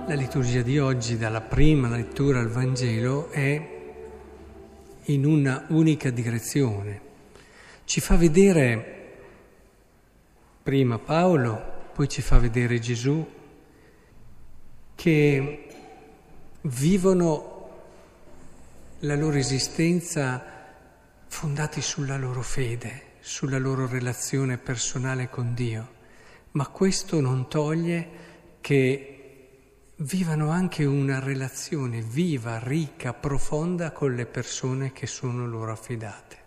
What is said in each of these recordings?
La liturgia di oggi, dalla prima lettura al Vangelo, è in una unica direzione. Ci fa vedere prima Paolo, poi ci fa vedere Gesù, che vivono la loro esistenza fondati sulla loro fede, sulla loro relazione personale con Dio, ma questo non toglie che vivano anche una relazione viva, ricca, profonda con le persone che sono loro affidate.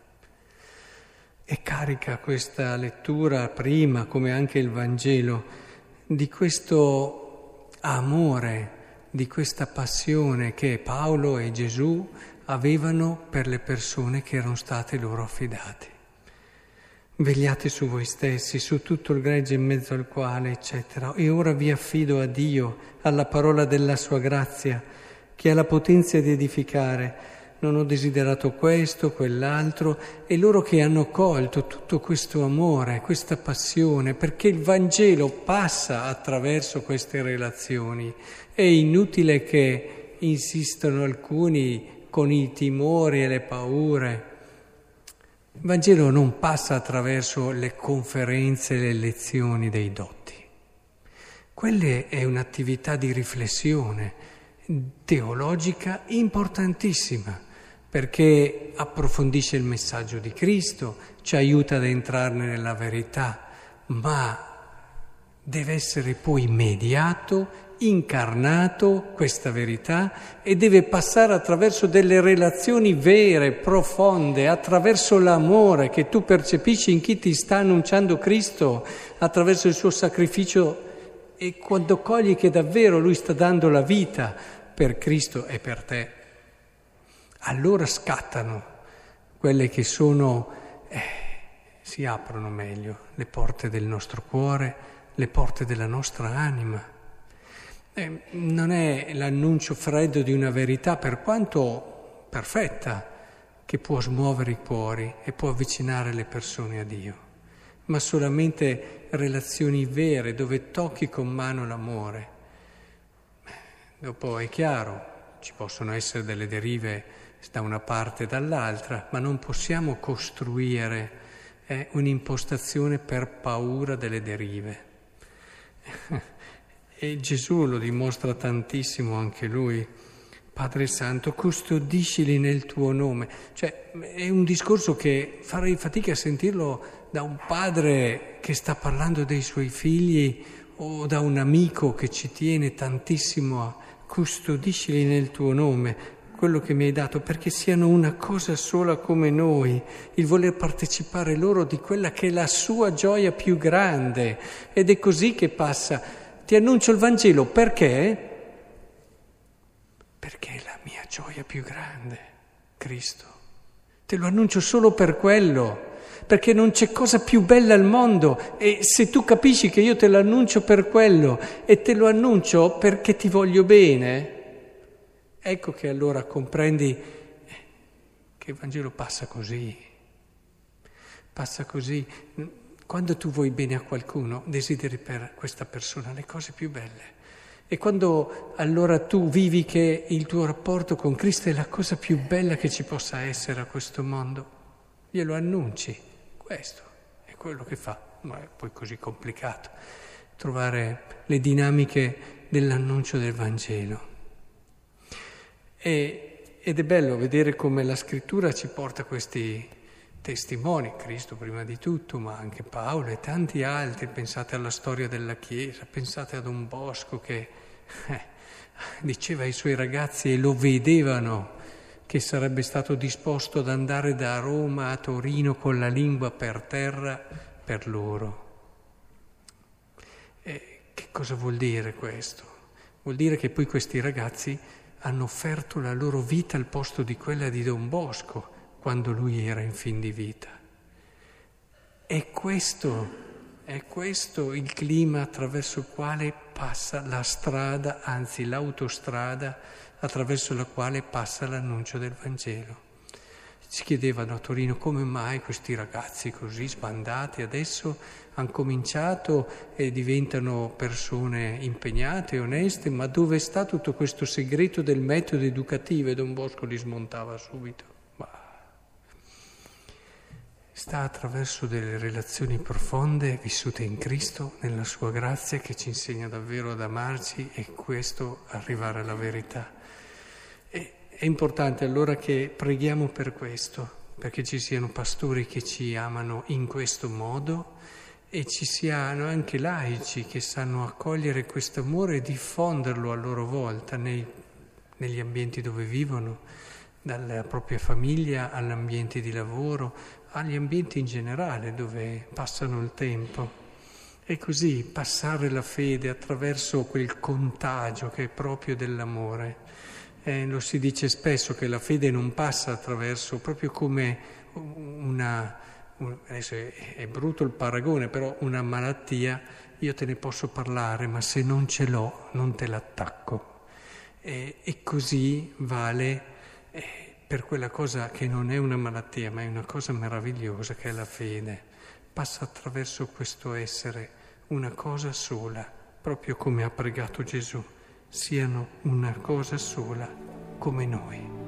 E carica questa lettura, prima come anche il Vangelo, di questo amore, di questa passione che Paolo e Gesù avevano per le persone che erano state loro affidate. Vegliate su voi stessi, su tutto il gregge in mezzo al quale, eccetera. E ora vi affido a Dio, alla parola della sua grazia, che ha la potenza di edificare. Non ho desiderato questo, quell'altro, e loro che hanno colto tutto questo amore, questa passione, perché il Vangelo passa attraverso queste relazioni. È inutile che insistano alcuni con i timori e le paure. Il Vangelo non passa attraverso le conferenze e le lezioni dei dotti. Quelle è un'attività di riflessione teologica importantissima, perché approfondisce il messaggio di Cristo, ci aiuta ad entrare nella verità, ma deve essere poi mediato, incarnato questa verità e deve passare attraverso delle relazioni vere, profonde, attraverso l'amore che tu percepisci in chi ti sta annunciando Cristo, attraverso il suo sacrificio, e quando cogli che davvero Lui sta dando la vita per Cristo e per te, allora scattano quelle che sono, si aprono meglio le porte del nostro cuore, le porte della nostra anima. Non è l'annuncio freddo di una verità, per quanto perfetta, che può smuovere i cuori e può avvicinare le persone a Dio, ma solamente relazioni vere dove tocchi con mano l'amore. Dopo è chiaro, ci possono essere delle derive da una parte e dall'altra, ma non possiamo costruire un'impostazione per paura delle derive. E Gesù lo dimostra tantissimo anche Lui. Padre Santo, custodiscili nel tuo nome. Cioè, è un discorso che farei fatica a sentirlo da un padre che sta parlando dei suoi figli o da un amico che ci tiene tantissimo a custodiscili nel tuo nome, quello che mi hai dato, perché siano una cosa sola come noi, il voler partecipare loro di quella che è la sua gioia più grande. Ed è così che passa. Ti annuncio il Vangelo perché? Perché è la mia gioia più grande, Cristo. Te lo annuncio solo per quello, perché non c'è cosa più bella al mondo. E se tu capisci che io te lo annuncio per quello e te lo annuncio perché ti voglio bene, ecco che allora comprendi che il Vangelo passa così. Passa così. Quando tu vuoi bene a qualcuno, desideri per questa persona le cose più belle. E quando allora tu vivi che il tuo rapporto con Cristo è la cosa più bella che ci possa essere a questo mondo, glielo annunci. Questo è quello che fa. Ma è poi così complicato trovare le dinamiche dell'annuncio del Vangelo. Ed è bello vedere come la Scrittura ci porta questi testimoni, Cristo prima di tutto, ma anche Paolo e tanti altri. Pensate alla storia della Chiesa, pensate a Don Bosco che diceva ai suoi ragazzi, e lo vedevano, che sarebbe stato disposto ad andare da Roma a Torino con la lingua per terra per loro. Che cosa vuol dire questo? Vuol dire che poi questi ragazzi hanno offerto la loro vita al posto di quella di Don Bosco, quando lui era in fin di vita. È questo il clima attraverso il quale passa la strada, anzi l'autostrada, attraverso la quale passa l'annuncio del Vangelo. Ci chiedevano a Torino come mai questi ragazzi così sbandati adesso hanno cominciato e diventano persone impegnate, oneste, ma dove sta tutto questo segreto del metodo educativo? E Don Bosco li smontava subito. Ma sta attraverso delle relazioni profonde vissute in Cristo, nella sua grazia che ci insegna davvero ad amarci e questo arrivare alla verità. È importante allora che preghiamo per questo, perché ci siano pastori che ci amano in questo modo e ci siano anche laici che sanno accogliere questo amore e diffonderlo a loro volta negli ambienti dove vivono, dalla propria famiglia all'ambiente di lavoro, agli ambienti in generale dove passano il tempo. E così passare la fede attraverso quel contagio che è proprio dell'amore. Lo si dice spesso che la fede non passa attraverso, proprio come adesso è brutto il paragone, però una malattia, io te ne posso parlare, ma se non ce l'ho non te l'attacco. E così vale per quella cosa che non è una malattia, ma è una cosa meravigliosa che è la fede. Passa attraverso questo essere una cosa sola, proprio come ha pregato Gesù. Siano una cosa sola come noi.